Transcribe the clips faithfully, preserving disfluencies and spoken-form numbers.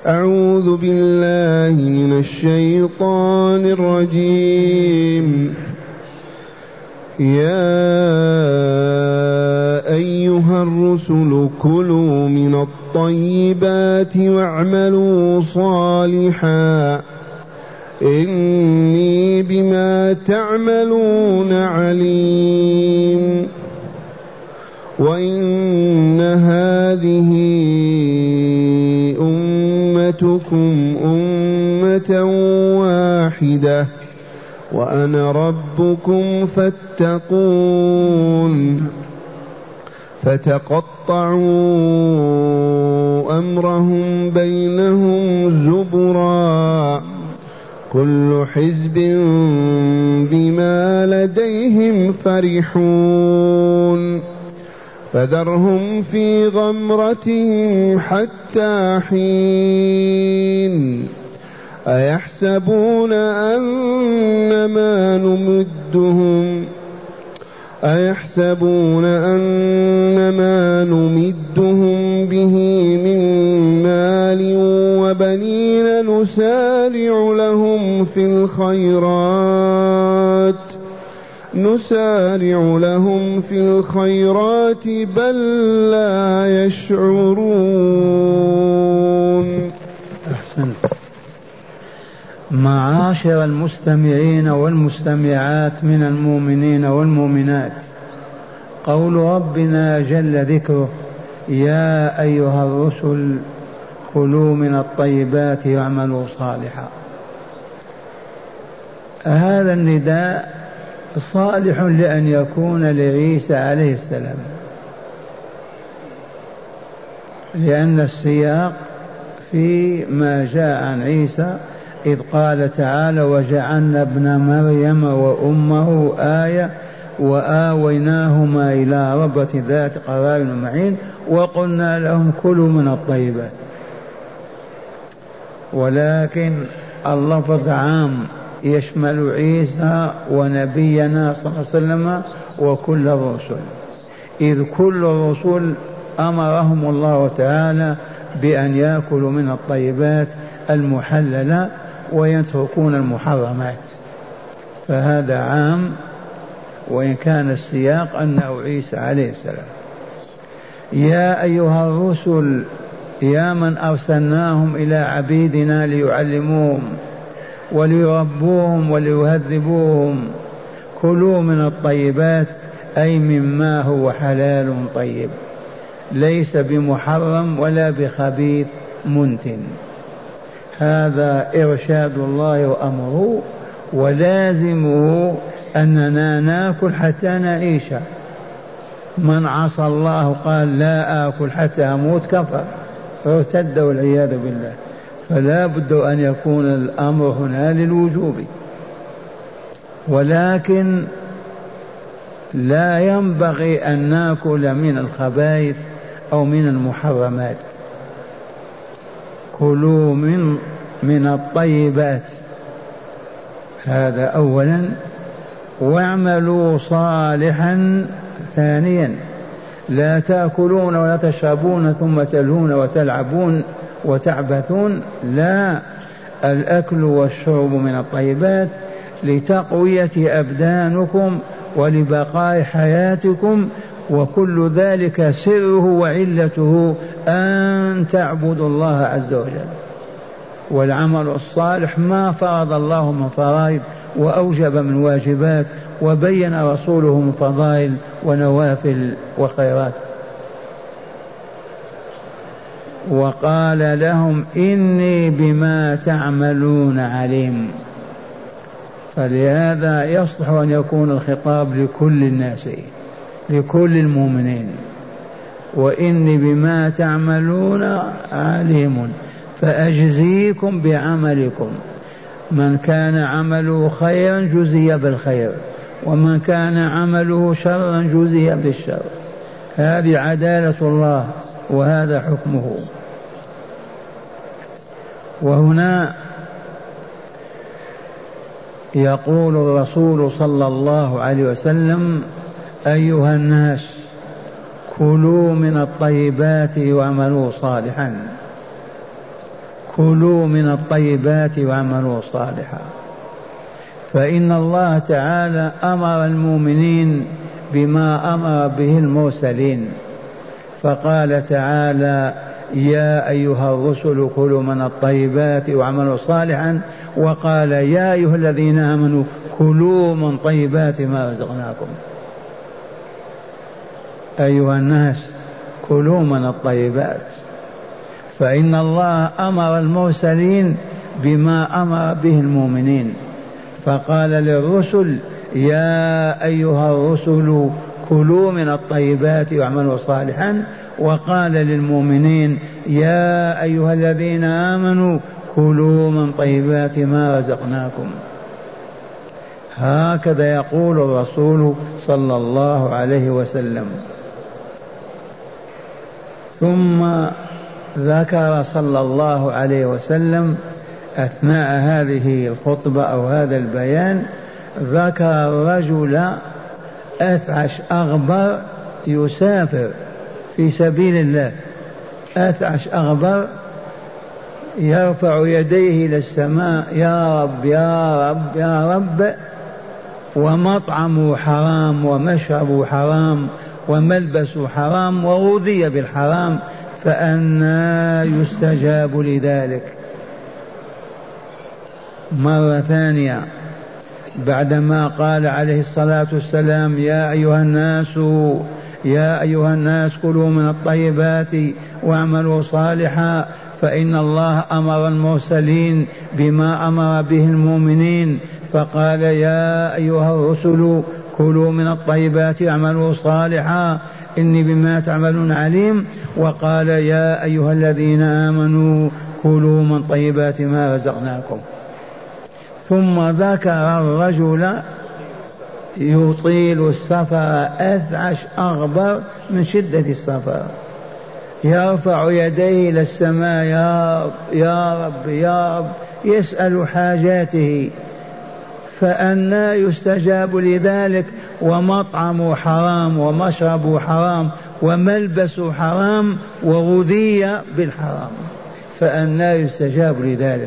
أعوذ بالله من الشيطان الرجيم. يا أيها الرسل كلوا من الطيبات واعملوا صالحا إني بما تعملون عليم. وإن هذه أمتكم أمة واحدة وأنا ربكم فاتقون. فتقطعوا أمرهم بينهم زبرا كل حزب بما لديهم فرحون. فذرهم في غمرتهم حتى حين. أيحسبون أنما نمدهم أيحسبون أنما نمدهم به من مال وبنين نسارع لهم في الخيرات نسارع لهم في الخيرات بل لا يشعرون. أحسنت. معاشر المستمعين والمستمعات من المؤمنين والمؤمنات، قول ربنا جل ذكره: يا أيها الرسل كلوا من الطيبات واعملوا صالحا. هذا النداء صالح لأن يكون لعيسى عليه السلام، لأن السياق في ما جاء عن عيسى إذ قال تعالى: وجعلنا ابن مريم وأمه آية وآويناهما إلى ربوة ذات قرار معين وقلنا لهم كلوا من الطيبات. ولكن اللفظ عام يشمل عيسى ونبينا صلى الله عليه وسلم وكل الرسل، إذ كل الرسل أمرهم الله تعالى بأن يأكلوا من الطيبات المحللة ويتركون المحرمات، فهذا عام، وإن كان السياق أنه عيسى عليه السلام. يا أيها الرسل، يا من أرسلناهم إلى عبيدنا ليعلموهم وليربوهم وليهذبوهم، كلوا من الطيبات أي مما هو حلال طيب، ليس بمحرم ولا بخبيث منتن. هذا إرشاد الله وأمره، ولازمه أننا نأكل حتى نعيش. من عصى الله قال لا آكل حتى أموت كفر، ارتد والعياذ بالله. فلا بد أن يكون الأمر هنا للوجوب، ولكن لا ينبغي أن نأكل من الخبائث أو من المحرمات. كلوا من من الطيبات، هذا أولا. واعملوا صالحا ثانيا. لا تأكلون ولا تشربون ثم تلهون وتلعبون وتعبثون، لا، الأكل والشرب من الطيبات لتقوية أبدانكم ولبقاء حياتكم، وكل ذلك سره وعلته أن تعبدوا الله عز وجل. والعمل الصالح ما فرض الله من فرائض وأوجب من واجبات وبين رسوله من فضائل ونوافل وخيرات. وقال لهم: إني بما تعملون عليم. فلهذا يصلح أن يكون الخطاب لكل الناس، لكل المؤمنين. وإني بما تعملون عليم فأجزيكم بعملكم. من كان عمله خيرا جزي بالخير، ومن كان عمله شرا جزي بالشر. هذه عدالة الله وهذا حكمه. وهنا يقول الرسول صلى الله عليه وسلم: أيها الناس كلوا من الطيبات واعملوا صالحا. كلوا من الطيبات واعملوا صالحا. فإن الله تعالى أمر المؤمنين بما أمر به المرسلين، فقال تعالى يا أيها الرسل كلوا من الطيبات واعملوا صالحا، وقال يا أيها الذين آمنوا كلوا من طيبات ما رزقناكم. أيها الناس كلوا من الطيبات، فإن الله أمر المرسلين بما أمر به المؤمنين، فقال للرسل يا أيها الرسل كلوا من الطيبات واعملوا صالحا، وقال للمؤمنين يا أيها الذين آمنوا كلوا من طيبات ما رزقناكم. هكذا يقول الرسول صلى الله عليه وسلم. ثم ذكر صلى الله عليه وسلم أثناء هذه الخطبة أو هذا البيان، ذكر رجل أثعش أغبر يسافر في سبيل الله، أثعش أغبر يرفع يديه إلى السماء يا رب يا رب يا رب، ومطعمه حرام ومشربه حرام وملبسه حرام وغذي بالحرام، فأنى يستجاب لذلك؟ مرة ثانية بعدما قال عليه الصلاة والسلام يا أيها الناس يا أيها الناس كلوا من الطيبات واعملوا صالحا، فإن الله أمر المرسلين بما أمر به المؤمنين، فقال يا أيها الرسل كلوا من الطيبات واعملوا صالحا إني بما تعملون عليم، وقال يا أيها الذين آمنوا كلوا من طيبات ما رزقناكم. ثم ذكر الرجل يطيل السفر أثعش أغبر من شدة السفر، يرفع يديه إلى السماء يا رب يا رب يا رب، يسأل حاجاته، فأنى يستجاب لذلك؟ ومطعمه حرام ومشربه حرام وملبسه حرام وغذي بالحرام، فأنى يستجاب لذلك؟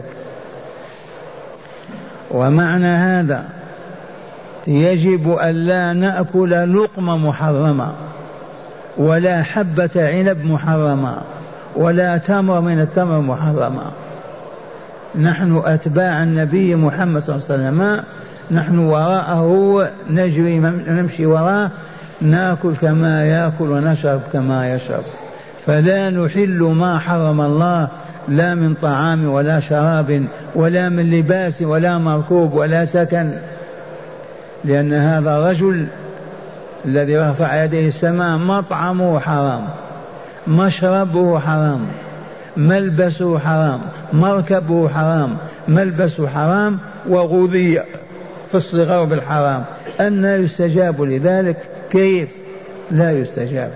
ومعنى هذا يجب أن لا نأكل لقمة محرمة ولا حبة عنب محرمة ولا تمر من التمر محرمة. نحن أتباع النبي محمد صلى الله عليه وسلم، نحن وراءه نجري نمشي وراءه، ناكل كما يأكل ونشرب كما يشرب، فلا نحل ما حرم الله لا من طعام ولا شراب ولا من لباس ولا مركوب ولا سكن، لأن هذا الرجل الذي رفع يديه السماء مطعمه حرام، مشربه حرام، ملبسه حرام، مركبه حرام، ملبسه حرام، وغذي في الصغر بالحرام، أن يستجاب لذلك؟ كيف لا يستجاب؟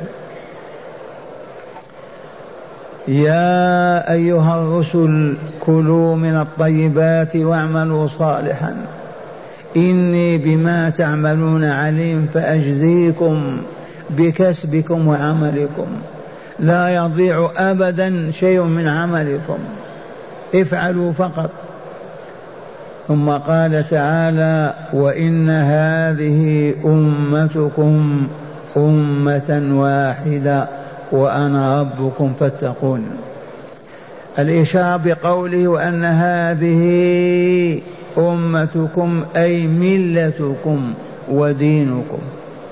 يا أيها الرسل كلوا من الطيبات واعملوا صالحا إني بما تعملون عليم فأجزيكم بكسبكم وعملكم، لا يضيع أبدا شيء من عملكم، افعلوا فقط. ثم قال تعالى وإن هذه أمتكم أمة واحدة وأنا ربكم فاتقون. الإشارة بقوله وأن هذه أمتكم أي ملتكم ودينكم،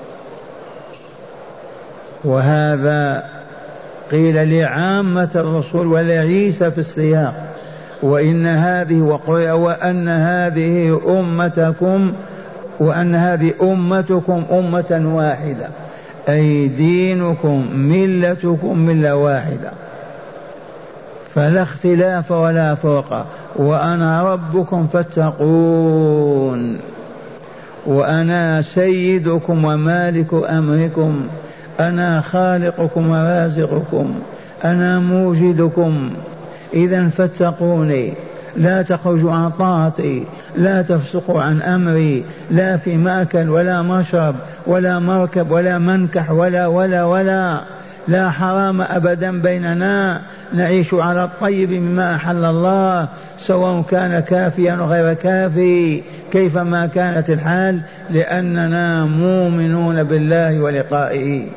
وهذا قيل لعامة الرسل ولعيسى في السياق، وإن هذه وقرئ وأن هذه أمتكم وأن هذه أمتكم أمة واحدة، أي دينكم ملتكم ملة واحدة، فلا اختلاف ولا فرق. وأنا ربكم فاتقون، وأنا سيدكم ومالك أمركم، أنا خالقكم ورازقكم، أنا موجدكم، إذا فاتقوني، لا تخرجوا عن طاعتي، لا تفسقوا عن أمري، لا في مأكل ولا مشرب ولا مركب ولا منكح ولا ولا ولا لا حرام أبدا بيننا، نعيش على الطيب مما أحل الله سواء كان كافيا غير كافي كيفما كانت الحال، لأننا مؤمنون بالله ولقائه.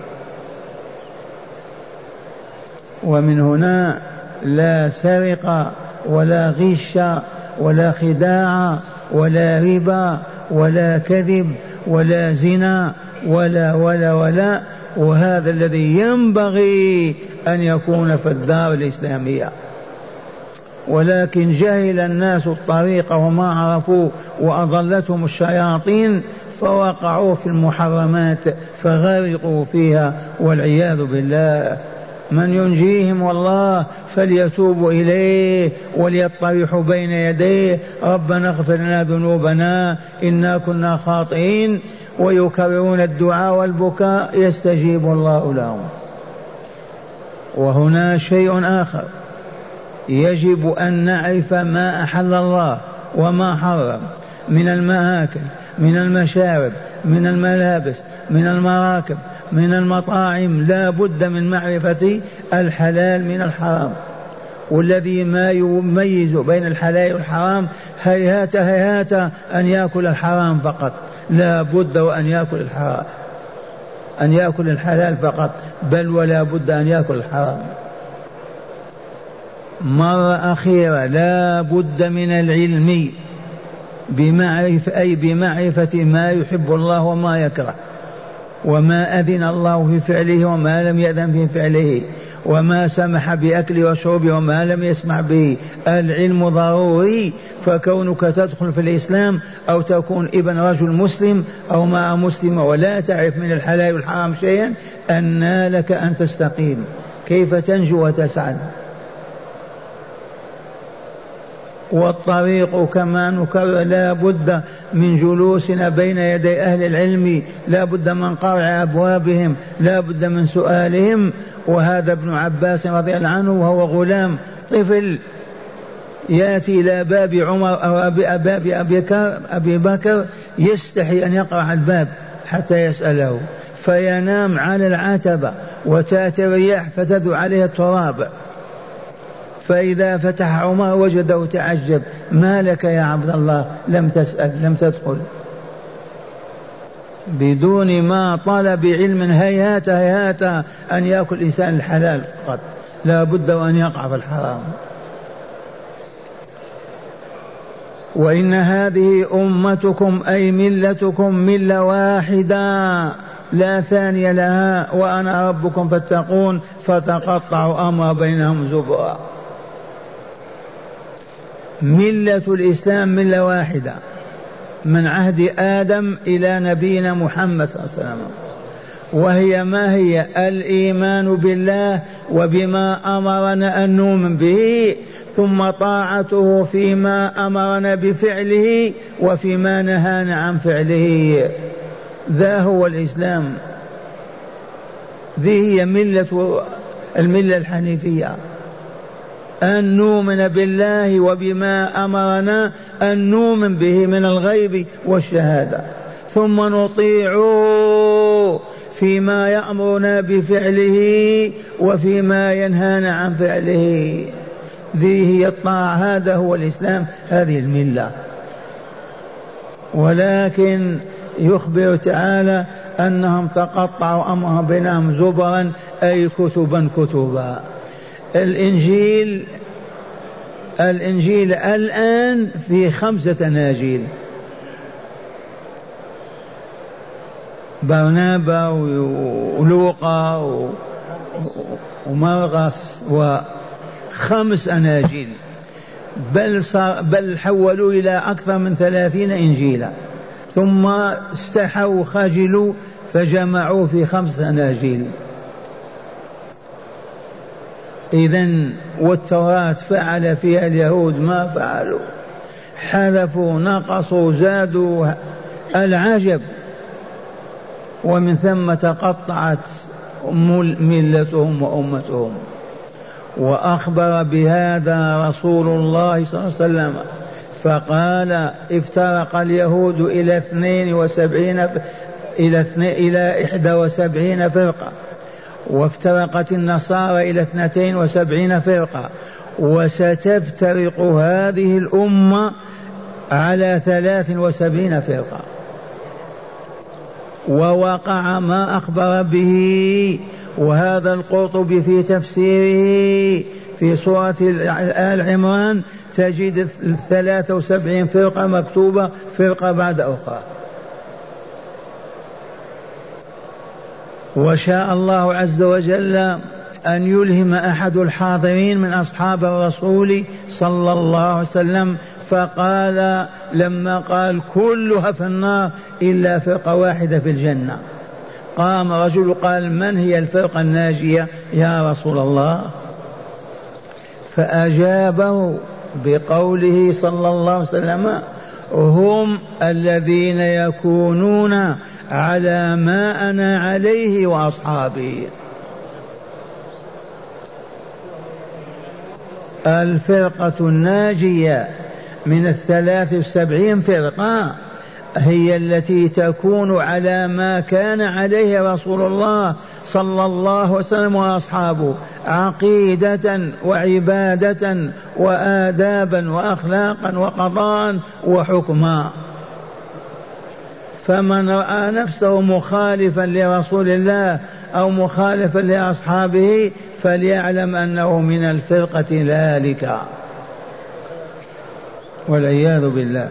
ومن هنا لا سرقة ولا غش ولا خداع ولا ربا ولا كذب ولا زنا ولا ولا ولا وهذا الذي ينبغي أن يكون في الدار الإسلامية. ولكن جهل الناس الطريق وما عرفوا وأضلتهم الشياطين فوقعوا في المحرمات فغرقوا فيها والعياذ بالله. من ينجيهم والله فليتوبوا إليه وليطرحوا بين يديه ربنا اغفر لنا ذنوبنا إنا كنا خاطئين، ويكررون الدعاء والبكاء يستجيب الله لهم. وهنا شيء آخر، يجب أن نعرف ما أحل الله وما حرم من المآكل من المشارب من الملابس من المراكب من المطاعم، لا بد من معرفة الحلال من الحرام. والذي ما يميز بين الحلال والحرام هيهات هيهات أن يأكل الحرام فقط، لا بد وأن يأكل الحرام أن يأكل الحلال فقط، بل ولا بد أن يأكل الحرام. مرة أخيرة، لا بد من العلم بمعرفة أي بمعرفة ما يحب الله وما يكره، وما أذن الله في فعله وما لم يأذن في فعله، وما سمح بأكل وشرب وما لم يسمح به. العلم ضروري، فكونك تدخل في الإسلام أو تكون ابن رجل مسلم أو مع مسلم ولا تعرف من الحلال والحرام شيئا أن لك أن تستقيم، كيف تنجو وتسعد؟ والطريق كما نكرر لا بد من جلوسنا بين يدي أهل العلم، لا بد من قرع أبوابهم، لا بد من سؤالهم. وهذا ابن عباس رضي الله عنه وهو غلام طفل يأتي إلى باب عمر أو باب أبي بكر يستحي أن يقرع الباب حتى يسأله، فينام على العتبة وتأتي الرياح فتذو عليه التراب، فإذا فتح عمر وجده تعجب، ما لك يا عبد الله لم تسأل لم تدخل؟ بدون ما طلب علم هيهات هيهات أن يأكل الإنسان الحلال فقط، لا بد وأن يقع في الحرام. وإن هذه أمتكم أي ملتكم ملة واحدة لا ثاني لها وأنا ربكم فاتقون، فتقطعوا أمر بينهم زبرا. ملة الإسلام ملة واحدة من عهد آدم إلى نبينا محمد صلى الله عليه وسلم، وهي ما هي؟ الإيمان بالله وبما أمرنا أن نؤمن به، ثم طاعته فيما أمرنا بفعله وفيما نهانا عن فعله. ذا هو الإسلام، ذي هي ملة الملة الحنيفية، أن نؤمن بالله وبما أمرنا أن نؤمن به من الغيب والشهادة، ثم نطيعه فيما يأمرنا بفعله وفيما ينهانا عن فعله. ذي هي الطاعة، هذا هو الإسلام، هذه الملة. ولكن يخبر تعالى أنهم تقطعوا أمرهم بينهم زبرا أي كتبا كتبا. الإنجيل الإنجيل الآن في خمسة أناجيل، برنابا ولوقا ومرقس، وخمس أناجيل، بل, بل حولوا إلى أكثر من ثلاثين إنجيلا، ثم استحوا خجلوا فجمعوا في خمس أناجيل. إذن والتوراة فعل فيها اليهود ما فعلوا، حلفوا نقصوا زادوا العجب، ومن ثم تقطعت ملتهم وأمتهم. وأخبر بهذا رسول الله صلى الله عليه وسلم فقال: افترق اليهود إلى اثنين وسبعين إلى إلى إحدى وسبعين فرقة، وافترقت النصارى إلى اثنتين وسبعين فرقة، وستفترق هذه الأمة على ثلاث وسبعين فرقة. ووقع ما أخبر به، وهذا القرطبي في تفسيره في سورة آل عمران تجد ثلاث وسبعين فرقة مكتوبة فرقة بعد أخرى. وشاء الله عز وجل أن يلهم أحد الحاضرين من أصحاب الرسول صلى الله عليه وسلم فقال لما قال كلها في النار إلا فرقة واحدة في الجنة، قام رجل قال من هي الفرقة الناجية يا رسول الله؟ فأجابه بقوله صلى الله عليه وسلم هم الذين يكونون على ما أنا عليه وأصحابي. الفرقة الناجية من الثلاث والسبعين فرقة هي التي تكون على ما كان عليه رسول الله صلى الله عليه وسلم وأصحابه عقيدة وعبادة وآدابا وأخلاقا وقضاء وحكما. فمن رأى نفسه مخالفا لرسول الله أو مخالفا لأصحابه فليعلم أنه من الفرقة الهالكة والعياذ بالله.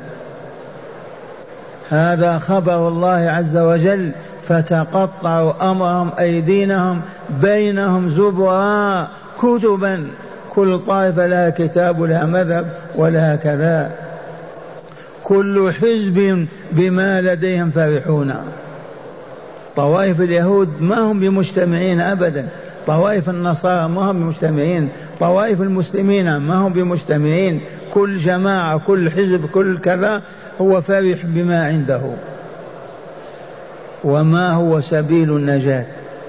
هذا خبر الله عز وجل فتقطعوا أمرهم أيدينهم بينهم زبرا كتبا كل طائفة لها كتاب لها مذهب ولا كذا، كل حزب بما لديهم فرحون. طوائف اليهود ما هم بمجتمعين أبدا، طوائف النصارى ما هم بمجتمعين، طوائف المسلمين ما هم بمجتمعين، كل جماعة كل حزب كل كذا هو فرح بما عنده. وما هو سبيل النجاة؟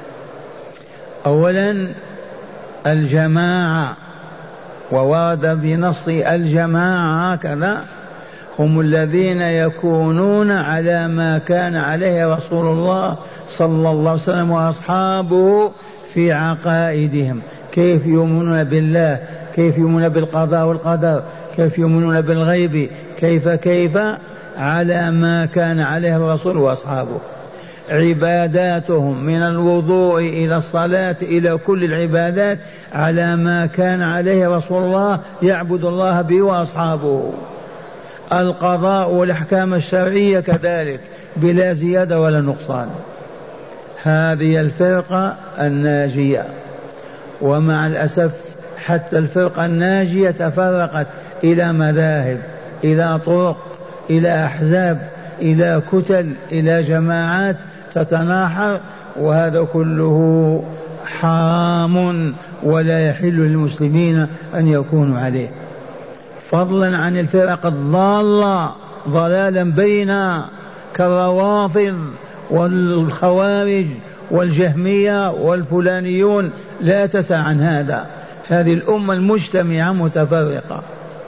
أولا الجماعة، وورد بنص الجماعة هكذا هم الذين يكونون على ما كان عليه رسول الله صلى الله عليه وسلم وأصحابه في عقائدهم، كيف يؤمنون بالله، كيف يؤمنون بالقضاء والقدر، كيف يؤمنون بالغيب، كيف كيف على ما كان عليه الرسول وأصحابه. عباداتهم من الوضوء إلى الصلاة إلى كل العبادات على ما كان عليه رسول الله يعبد الله به وأصحابه. القضاء والأحكام الشرعية كذلك بلا زيادة ولا نقصان. هذه الفرقة الناجية. ومع الأسف حتى الفرقة الناجية تفرقت إلى مذاهب، إلى طرق، إلى أحزاب، إلى كتل، إلى جماعات تتناحر، وهذا كله حرام ولا يحل للمسلمين أن يكونوا عليه، فضلا عن الفرق الضالة ضلالا بينا كالروافض والخوارج والجهمية والفلانيون، لا تسع عن هذا. هذه الأمة المجتمعة متفرقة،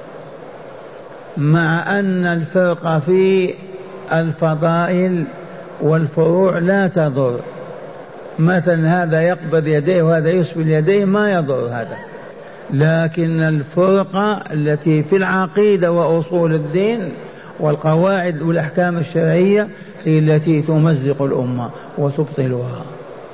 مع أن الفرق في الفضائل والفروع لا تضر. مثلا هذا يقبض يديه وهذا يسبل يديه ما يضر هذا، لكن الفرقة التي في العقيدة وأصول الدين والقواعد والأحكام الشرعية هي التي تمزق الأمة وتبطلها.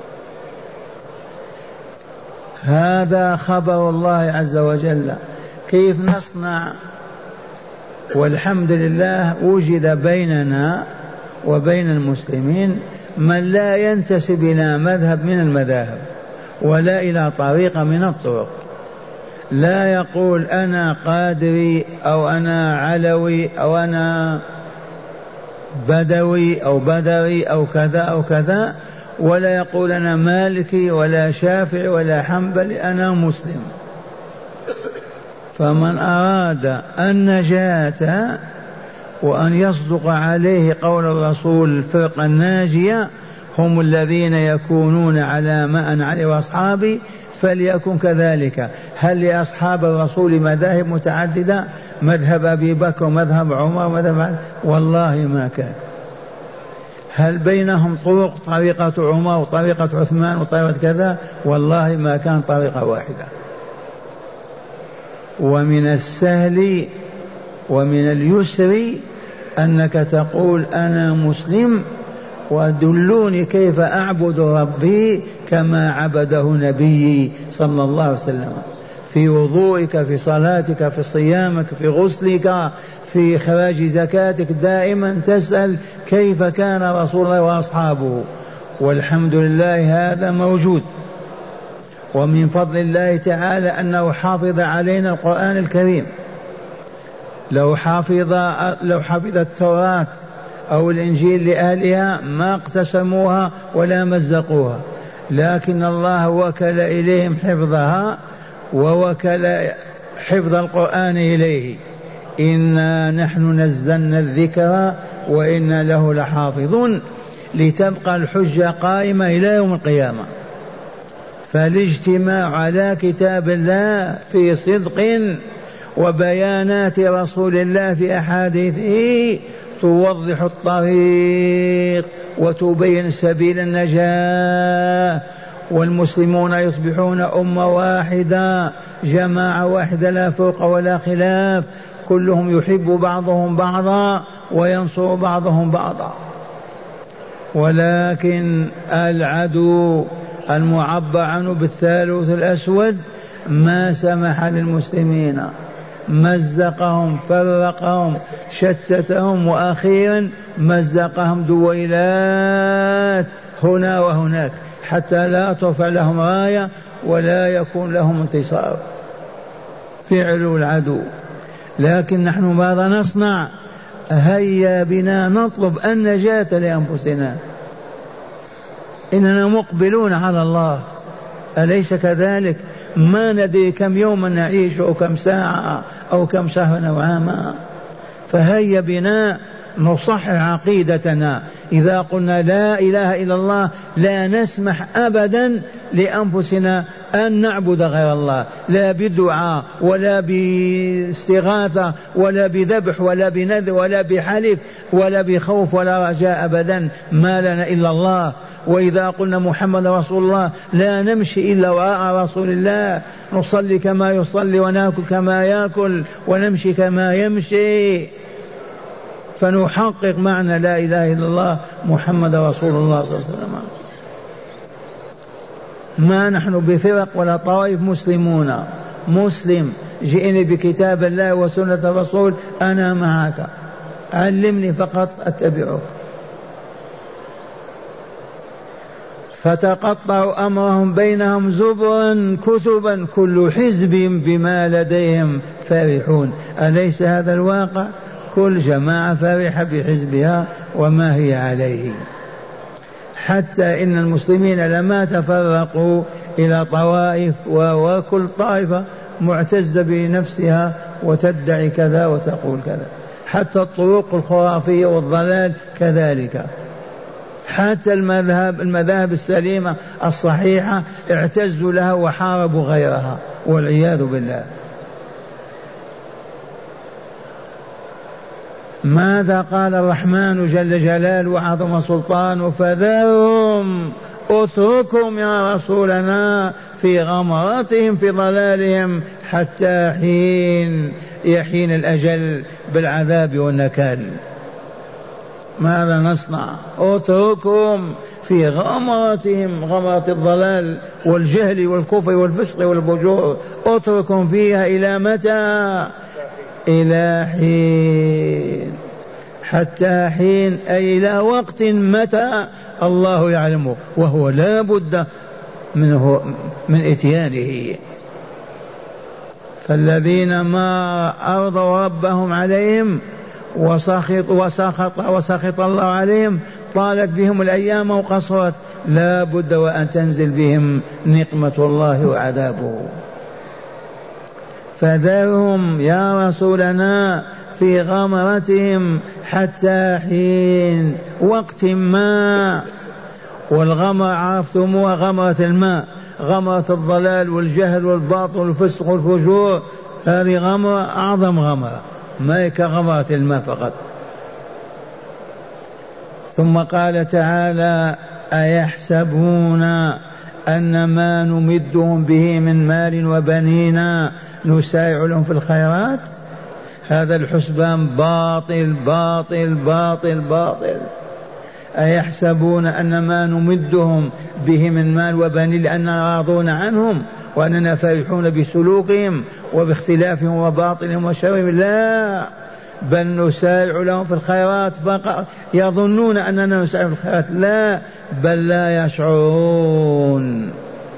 هذا خبر الله عز وجل. كيف نصنع؟ والحمد لله وجد بيننا وبين المسلمين من لا ينتسب إلى مذهب من المذاهب ولا إلى طريقة من الطرق، لا يقول أنا قادري أو أنا علوي أو أنا بدوي أو بدري أو كذا أو كذا، ولا يقول أنا مالكي ولا شافعي ولا حنبلي، أنا مسلم. فمن أراد النجاة وأن يصدق عليه قول الرسول الفرقة الناجية هم الذين يكونون على ما أنا عليه وأصحابي فليكن كذلك. هل لأصحاب الرسول مذاهب متعددة؟ مذهب أبي بكر ومذهب عمر ومذهب، والله ما كان. هل بينهم طرق؟ طريقة عمر وطريقة عثمان وطريقة كذا؟ والله ما كان طريقة واحدة. ومن السهل ومن اليسر أنك تقول أنا مسلم ودلوني كيف أعبد ربي كما عبده نبيي صلى الله عليه وسلم، في وضوئك، في صلاتك، في صيامك، في غسلك، في إخراج زكاتك، دائما تسأل كيف كان رسول الله وأصحابه. والحمد لله هذا موجود. ومن فضل الله تعالى أنه حافظ علينا القرآن الكريم. لو حافظ لو حفظ التوراة أو الإنجيل لأهلها ما اقتسموها ولا مزقوها، لكن الله وكل إليهم حفظها ووكل حفظ القرآن إليه. إنا نحن نزلنا الذكر وإنا له لحافظون، لتبقى الحجة قائمة إلى يوم القيامة. فالاجتماع على كتاب الله في صدق وبيانات رسول الله في أحاديثه توضح الطريق وتبين سبيل النجاة، والمسلمون يصبحون أمة واحدة، جماعة واحدة، لا فوق ولا خلاف، كلهم يحب بعضهم بعضا وينصر بعضهم بعضا. ولكن العدو المعبر عنه بالثالوث الأسود ما سمح للمسلمين، مزقهم، فرقهم، شتتهم، وأخيرا مزقهم دويلات هنا وهناك حتى لا ترفع لهم راية ولا يكون لهم انتصار. فعل العدو. لكن نحن ماذا نصنع؟ هيا بنا نطلب النجاة لأنفسنا، إننا مقبلون على الله، أليس كذلك؟ ما ندري كم يوما نعيش أو كم ساعة أو كم شهرا أو عاما. فهيا بنا نصحح عقيدتنا. إذا قلنا لا إله إلا الله لا نسمح أبدا لأنفسنا أن نعبد غير الله، لا بالدعاء ولا باستغاثة ولا بذبح ولا بنذر ولا بحلف ولا بخوف ولا رجاء أبدا، ما لنا إلا الله. وإذا قلنا محمد رسول الله لا نمشي إلا وراء رسول الله، نصلي كما يصلي ونأكل كما يأكل ونمشي كما يمشي، فنحقق معنى لا إله إلا الله محمد رسول الله صلى الله عليه وسلم. ما نحن بفرق ولا طوائف، مسلمون. مسلم جئني بكتاب الله وسنة الرسول أنا معك، علمني فقط أتبعك. فتقطعوا أمرهم بينهم زبرا كتبا كل حزب بما لديهم فرحون. أليس هذا الواقع؟ كل جماعة فرحة بحزبها وما هي عليه. حتى إن المسلمين لما تفرقوا إلى طوائف وكل طائفة معتزة بنفسها وتدعي كذا وتقول كذا، حتى الطرق الخرافية والضلال كذلك، حتى المذهب المذاهب السليمة الصحيحة اعتزوا لها وحاربوا غيرها والعياذ بالله. ماذا قال الرحمن جل جلاله وعظم سلطانه؟ فذرهم، اتركهم يا رسولنا في غمراتهم في ضلالهم حتى حين يحين الأجل بالعذاب والنكال. ماذا نصنع؟ اتركهم في غمراتهم، غمرات الضلال والجهل والكفر والفسق والفجور، اتركهم فيها إلى متى؟ إلى حين. حتى حين أي إلى وقت متى الله يعلمه، وهو لا بد منه من إتيانه. فالذين ما أرضوا ربهم عليهم وسخط وسخط وسخط الله عليهم، طالت بهم الأيام وقصرت، لا بد وأن تنزل بهم نقمة الله وعذابه. فذرهم يا رسولنا في غمرتهم حتى حين، وقت ما. والغمر عرفتموها، غمرة الماء، غمرة الضلال والجهل والباطل والفسق والفجور، هذه غمرة أعظم غمرة، ما هي كغمرة الماء فقط. ثم قال تعالى أيحسبون أن ما نمدهم به من مال وبنين نسارع لهم في الخيرات. هذا الحسبان باطل باطل باطل باطل. أيحسبون أن ما نمدهم به من مال وبنين لأننا راضون عنهم وأننا فرحون بسلوكهم وباختلافهم وباطلهم وشرهم؟ لا، بل نسارع لهم في الخيرات فقط. يظنون أننا نسارع في الخيرات، لا، بل لا يشعرون.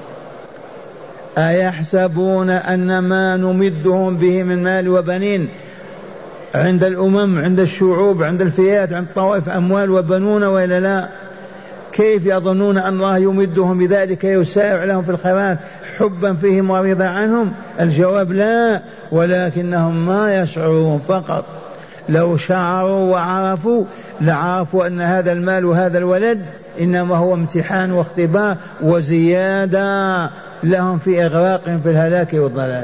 أيحسبون أن ما نمدهم به من مال وبنين، عند الأمم، عند الشعوب، عند الفئات، عند الطوائف أموال وبنون وإلا لا؟ كيف يظنون أن الله يمدهم بذلك يسارع لهم في الخيرات حبا فيهم ورضا عنهم؟ الجواب لا، ولكنهم ما يشعرون فقط. لو شعروا وعرفوا لعرفوا أن هذا المال وهذا الولد إنما هو امتحان واختبار وزيادة لهم في إغراقهم في الهلاك والضلال.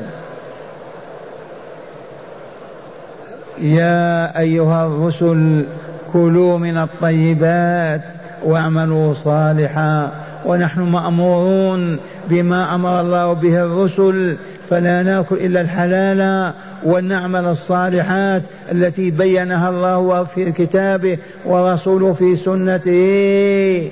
يا أيها الرسل كلوا من الطيبات واعملوا صالحا. ونحن مأمورون بما أمر الله به الرسل، فلا نأكل إلا الحلال ونعمل الصالحات التي بينها الله في كتابه ورسوله في سنته.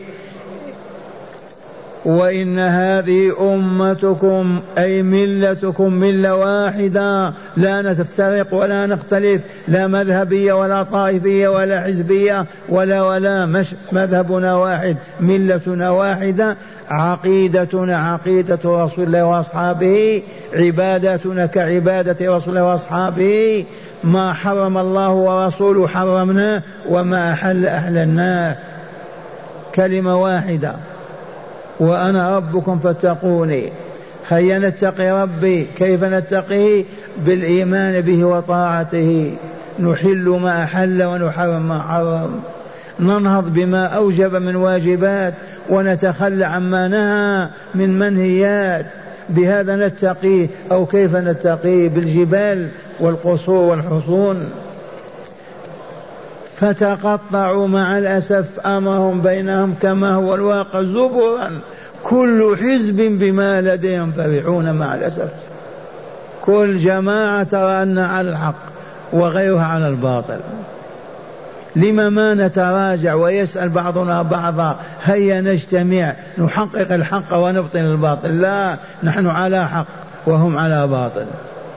وإن هذه أمتكم أي ملتكم ملة واحدة، لا نفترق ولا نختلف، لا مذهبية ولا طائفية ولا حزبية ولا ولا مش مذهبنا واحد، ملتنا واحدة، عقيدتنا عقيدة رسول الله وأصحابه، عباداتنا كعبادة رسول الله وأصحابه، ما حرم الله ورسوله حرمناه وما أحل أحللناه، كلمة واحدة. وأنا ربكم فاتقوني. هيا نتقي ربي. كيف نتقيه؟ بالإيمان به وطاعته، نحل ما أحل ونحرم ما حرم، ننهض بما أوجب من واجبات ونتخلى عما نهى من منهيات. بهذا نتقيه. أو كيف نتقيه؟ بالجبال والقصور والحصون. فتقطعوا مع الأسف أمرهم بينهم كما هو الواقع زبرا، كل حزب بما لديهم فرحون. مع الأسف كل جماعة ترى أن على الحق وغيرها على الباطل. لما ما نتراجع ويسأل بعضنا بعضا هيا نجتمع نحقق الحق ونبطل الباطل؟ لا، نحن على حق وهم على باطل.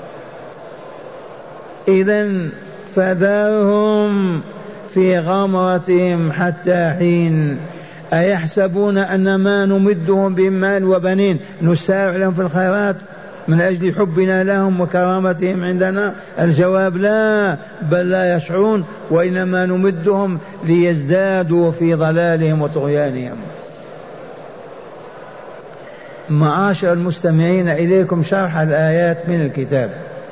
إذن فذرهم في غمرتهم حتى حين. أيحسبون أن ما نمدهم بمال وبنين نسارع لهم في الخيرات من أجل حبنا لهم وكرامتهم عندنا؟ الجواب لا، بل لا يشعرون، وإنما نمدهم ليزدادوا في ضلالهم وطغيانهم. معاشر المستمعين، إليكم شرح الآيات من الكتاب.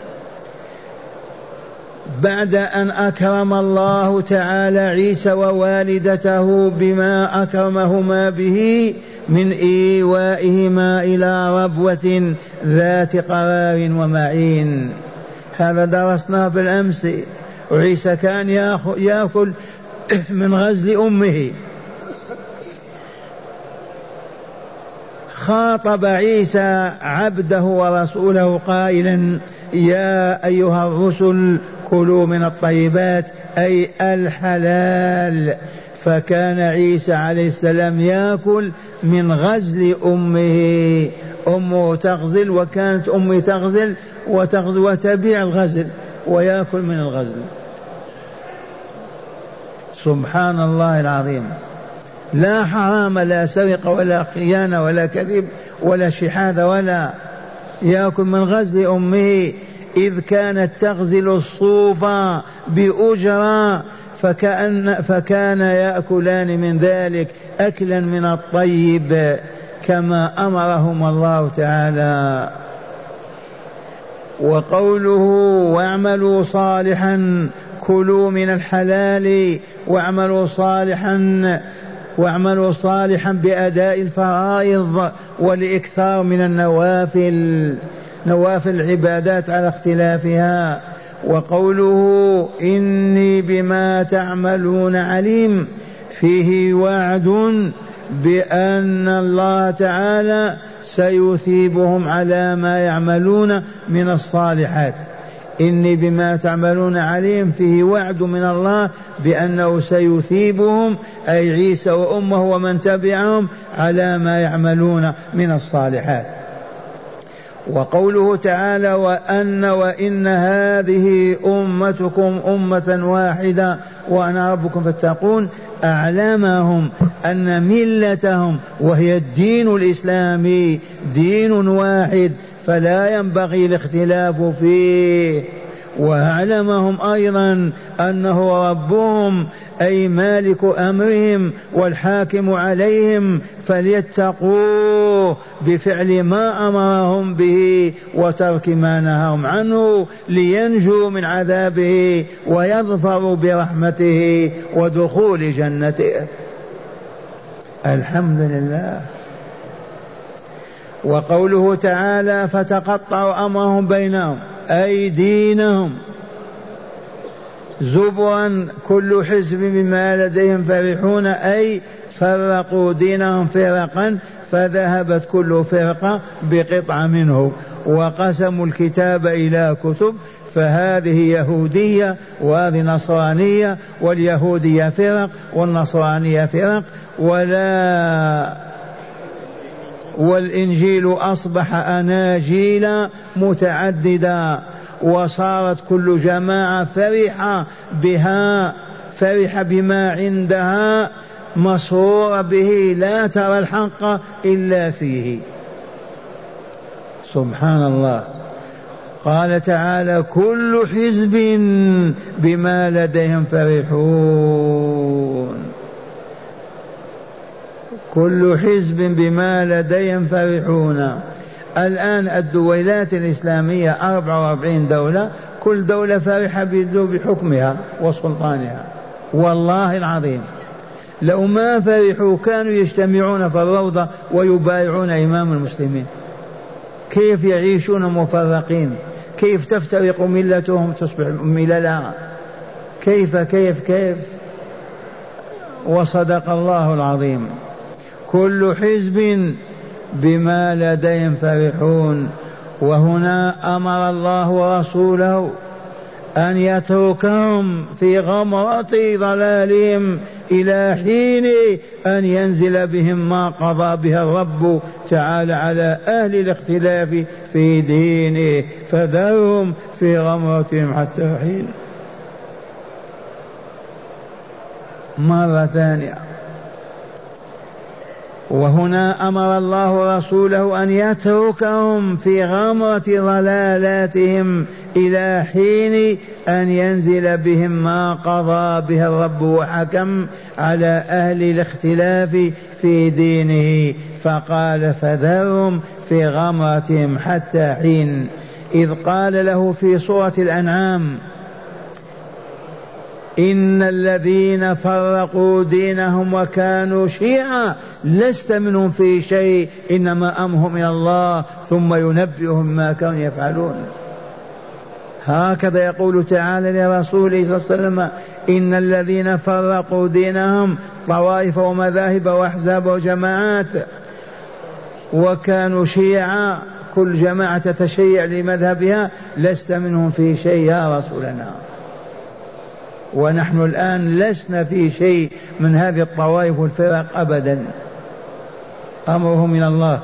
بعد أن أكرم الله تعالى عيسى ووالدته بما أكرمهما به من إيوائهما إلى ربوة ذات قرار ومعين، هذا درسناه بالأمس. وعيسى كان يأكل من غزل أمه. خاطب عيسى عبده ورسوله قائلا يا أيها الرسل كلوا من الطيبات، أي الحلال. فكان عيسى عليه السلام يأكل من غزل أمه. أمه تغزل وكانت أمه تغزل وتغزل وتبيع الغزل ويأكل من الغزل. سبحان الله العظيم. لا حرام، لا سرقة ولا خيانة ولا كذب ولا شحاذة، ولا يأكل من غزل أمه. إذ كانت تغزل الصوف بأجرة فكأن فكان يأكلان من ذلك أكلا من الطيب كما أمرهم الله تعالى. وقوله واعملوا صالحا، كلوا من الحلال واعملوا صالحا، واعملوا صالحا بأداء الفرائض والإكثار من النوافل، نوافل العبادات على اختلافها. وقوله إني بما تعملون عليم، فيه وعد بأن الله تعالى سيثيبهم على ما يعملون من الصالحات. إني بما تعملون عليم، فيه وعد من الله بأنه سيثيبهم، أي عيسى وأمه ومن تبعهم، على ما يعملون من الصالحات. وقوله تعالى وأن وإن هذه أمتكم أمة واحدة وأنا ربكم فاتقون، أعلمهم أن ملتهم وهي الدين الإسلامي دين واحد فلا ينبغي الاختلاف فيه. وأعلمهم أيضا أنه ربهم أي مالك أمرهم والحاكم عليهم، فليتقوه بفعل ما أمرهم به وترك ما نهاهم عنه لينجوا من عذابه ويظفروا برحمته ودخول جنته. الحمد لله. وقوله تعالى فتقطعوا أمرهم بينهم أي دينهم زبرا كل حزب بما لديهم فرحون، أي فرقوا دينهم فرقا فذهبت كل فرقة بقطعة منه، وقسموا الكتاب إلى كتب، فهذه يهودية وهذه نصرانية، واليهودية فرق والنصرانية فرق، ولا والإنجيل أصبح أناجيل متعددة، وصارت كل جماعة فرحة بها، فرح بما عندها، مسرورة به، لا ترى الحق إلا فيه. سبحان الله. قال تعالى كل حزب بما لديهم فرحون، كل حزب بما لديهم فرحون. الآن الدولات الإسلامية أربعة وأربعين دولة، كل دولة فرحة بحكمها وسلطانها. والله العظيم لو ما فرحوا كانوا يجتمعون في الروضة ويبايعون إمام المسلمين. كيف يعيشون مفرقين؟ كيف تفترق ملتهم تصبح مللا؟ كيف كيف كيف وصدق الله العظيم. كل حزب بما لديهم فرحون. وهنا أمر الله ورسوله أن يتركهم في غمرة ضلالهم إلى حين أن ينزل بهم ما قضى به الرب تعالى على أهل الاختلاف في دينه، فذرهم في غمرتهم حتى حين. مرة ثانية. وهنا أمر الله ورسوله أن يتركهم في غمرة ضلالاتهم إلى حين أن ينزل بهم ما قضى به الرب وحكم على أهل الاختلاف في دينه، فقال فذرهم في غمرتهم حتى حين، إذ قال له في سورة الأنعام إن الذين فرقوا دينهم وكانوا شيعا لست منهم في شيء إنما أمرهم إلى الله ثم ينبئهم ما كانوا يفعلون. هكذا يقول تعالى لرسوله صلى الله عليه وسلم إن الذين فرقوا دينهم، طوائف ومذاهب وأحزاب وجماعات، وكانوا شيعا كل جماعة تتشيع لمذهبها، لست منهم في شيء يا رسولنا. ونحن الآن لسنا في شيء من هذه الطوائف والفرق أبدا، أمرهم من الله.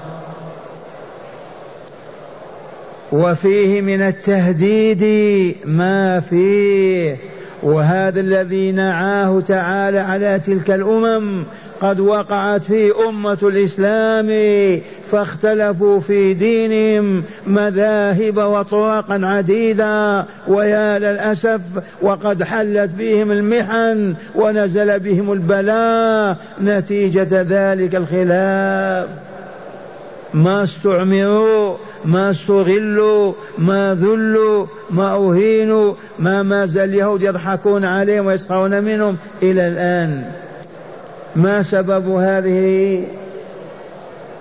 وفيه من التهديد ما فيه، وهذا الذي نعاه تعالى على تلك الأمم قد وقعت فيه أمة الإسلام، فاختلفوا في دينهم مذاهب وطرقا عديدة، ويا للأسف وقد حلت بهم المحن ونزل بهم البلاء نتيجة ذلك الخلاف. ما استعمروا، ما استغلوا، ما ذلوا، ما أهينوا، ما ما زال اليهود يضحكون عليهم ويسخرون منهم إلى الآن. ما سبب هذه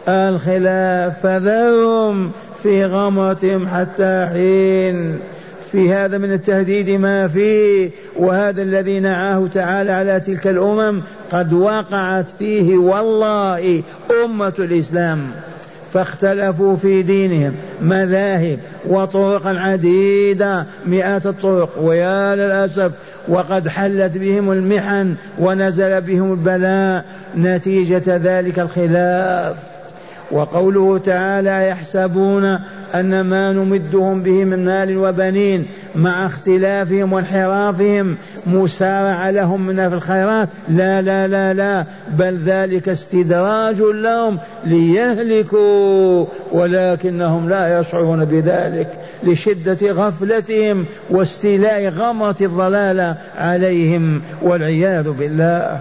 الخلاف؟ فذرهم في غمرتهم حتى حين، في هذا من التهديد ما فيه، وهذا الذي نعاه تعالى على تلك الأمم قد وقعت فيه والله أمة الإسلام، فاختلفوا في دينهم مذاهب وطرقا عديدة مئات الطرق، ويا للأسف وقد حلت بهم المحن ونزل بهم البلاء نتيجة ذلك الخلاف. وقوله تعالى يحسبون أن ما نمدهم به من مال وبنين مع اختلافهم وانحرافهم مسارع لهم من في الخيرات، لا لا لا لا، بل ذلك استدراج لهم ليهلكوا ولكنهم لا يشعرون بذلك لشدة غفلتهم واستيلاء غمرة الضلال عليهم والعياذ بالله.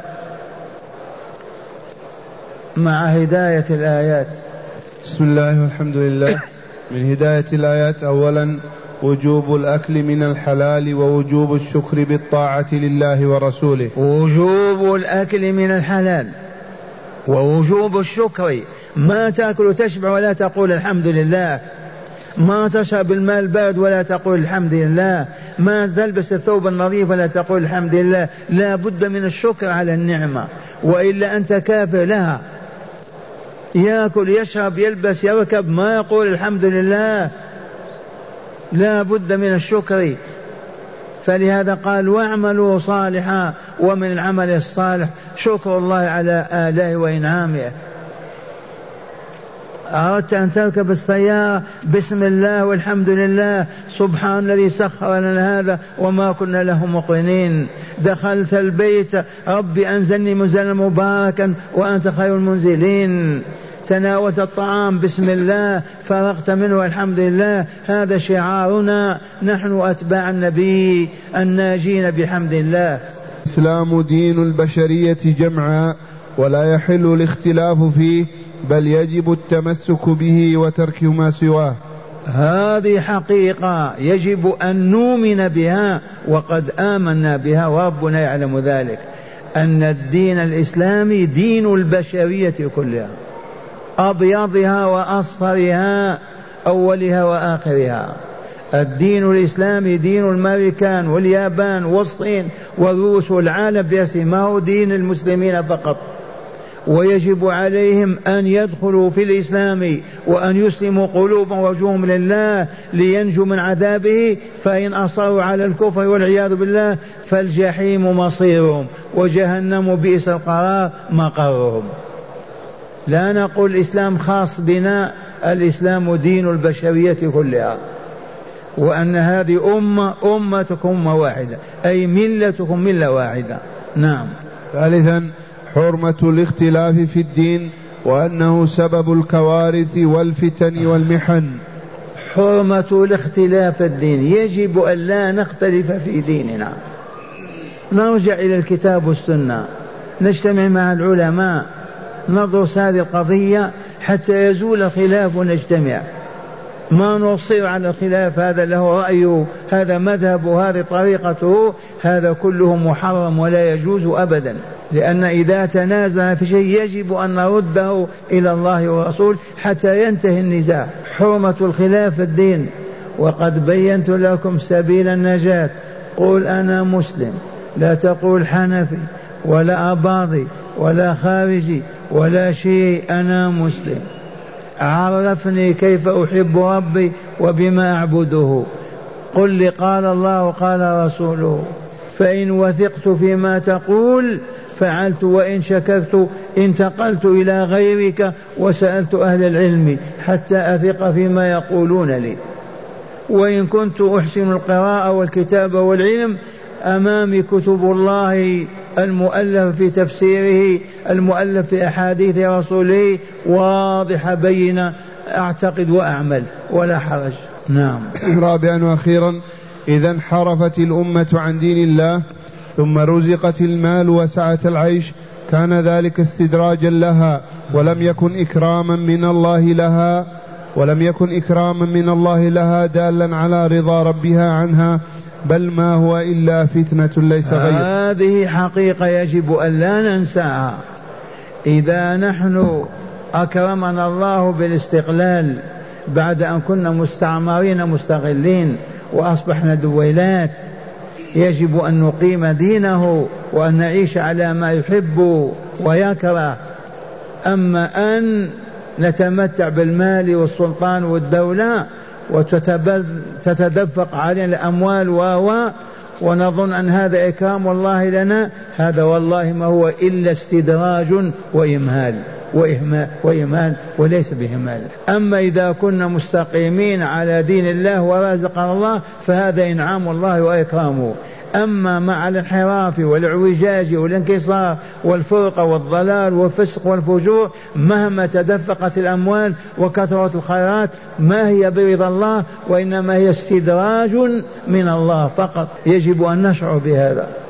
مع هداية الآيات. بسم الله والحمد لله. من هداية الآيات أولا وجوب الأكل من الحلال ووجوب الشكر بالطاعة لله ورسوله. وجوب الأكل من الحلال ووجوب الشكر، ما تأكل تشبع ولا تقول الحمد لله، ما تشرب الماء البارد ولا تقول الحمد لله، ما تلبس الثوب النظيف ولا تقول الحمد لله، لا بد من الشكر على النعمة، وإلا أنت كافر لها. يأكل يشرب يلبس يركب ما يقول الحمد لله، لا بد من الشكر. فلهذا قال واعملوا صالحا، ومن العمل الصالح شكر الله على آلائه وإنعامه. أردت أن تركب السيارة بسم الله والحمد لله سبحان الذي سخر لنا هذا وما كنا له مقرنين. دخلت البيت ربي أنزلني منزلا مباركا وأنت خير المنزلين. تناولت الطعام بسم الله فرغت منه والحمد لله، هذا شعارنا نحن أتباع النبي الناجين بحمد الله. الإسلام دين البشرية جمعا ولا يحل الاختلاف فيه، بل يجب التمسك به وترك ما سواه. هذه حقيقة يجب أن نؤمن بها وقد آمنا بها وربنا يعلم ذلك، أن الدين الإسلامي دين البشرية كلها، أبيضها وأصفرها، أولها وآخرها. الدين الإسلامي دين الأمريكان واليابان والصين والروس والعالم بأسره، ما هو دين المسلمين فقط. ويجب عليهم أن يدخلوا في الإسلام وأن يسلموا قلوبهم ووجوههم لله لينجوا من عذابه، فإن أصروا على الكفر والعياذ بالله فالجحيم مصيرهم وجهنم بئس القرار مقرهم. لا نقول الإسلام خاص بنا، الإسلام دين البشرية كلها، وأن هذه أمة أمتكم أمة واحدة، أي ملتكم ملة واحدة. نعم. ثالثا حرمة الاختلاف في الدين وأنه سبب الكوارث والفتن والمحن. حرمة الاختلاف في الدين، يجب أن لا نختلف في ديننا، نرجع إلى الكتاب والسنة، نجتمع مع العلماء، ندرس هذه القضية حتى يزول الخلاف ونجتمع، ما نصير على الخلاف، هذا له رأيه، هذا مذهبه، هذه طريقته، هذا كله محرم ولا يجوز أبدا. لأن إذا تنازع في شيء يجب أن نرده إلى الله ورسوله حتى ينتهي النزاع. حرمة الخلاف في الدين، وقد بينت لكم سبيل النجاة. قل أنا مسلم، لا تقول حنفي ولا أباضي ولا خارجي ولا شيء، أنا مسلم. عرفني كيف أحب ربي وبما أعبده، قل لي قال الله قال رسوله، فإن وثقت فيما تقول فعلت، وإن شككت انتقلت إلى غيرك وسألت أهل العلم حتى أثق فيما يقولون لي. وإن كنت أحسن القراءة والكتابة والعلم أمامي كتب الله المؤلف في تفسيره، المؤلف في أحاديث رسوله، واضحة بينة، أعتقد وأعمل ولا حرج. نعم. رابعا وأخيرا إذا انحرفت الأمة عن دين الله ثم رزقت المال وسعة العيش كان ذلك استدراجا لها، ولم يكن إكراما من الله لها ولم يكن إكراما من الله لها دالا على رضا ربها عنها، بل ما هو إلا فتنة ليس غير. هذه حقيقة يجب أن لا ننساها. إذا نحن أكرمنا الله بالاستقلال بعد أن كنا مستعمرين مستغلين، وأصبحنا دويلات. يجب أن نقيم دينه وأن نعيش على ما يحب ويكره. أما أن نتمتع بالمال والسلطان والدولة وتتدفق علينا الأموال و ونظن أن هذا إكرام الله لنا، هذا والله ما هو إلا استدراج وإمهال وإهمال, وإهمال وليس بإهمال. أما إذا كنا مستقيمين على دين الله ورزقنا الله فهذا إنعام الله وإكرامه. أما مع الانحراف والعوجاج والانكسار والفرقة والضلال والفسق والفجور مهما تدفقت الأموال وكثرت الخيرات ما هي برضا الله، وإنما هي استدراج من الله فقط. يجب أن نشعر بهذا.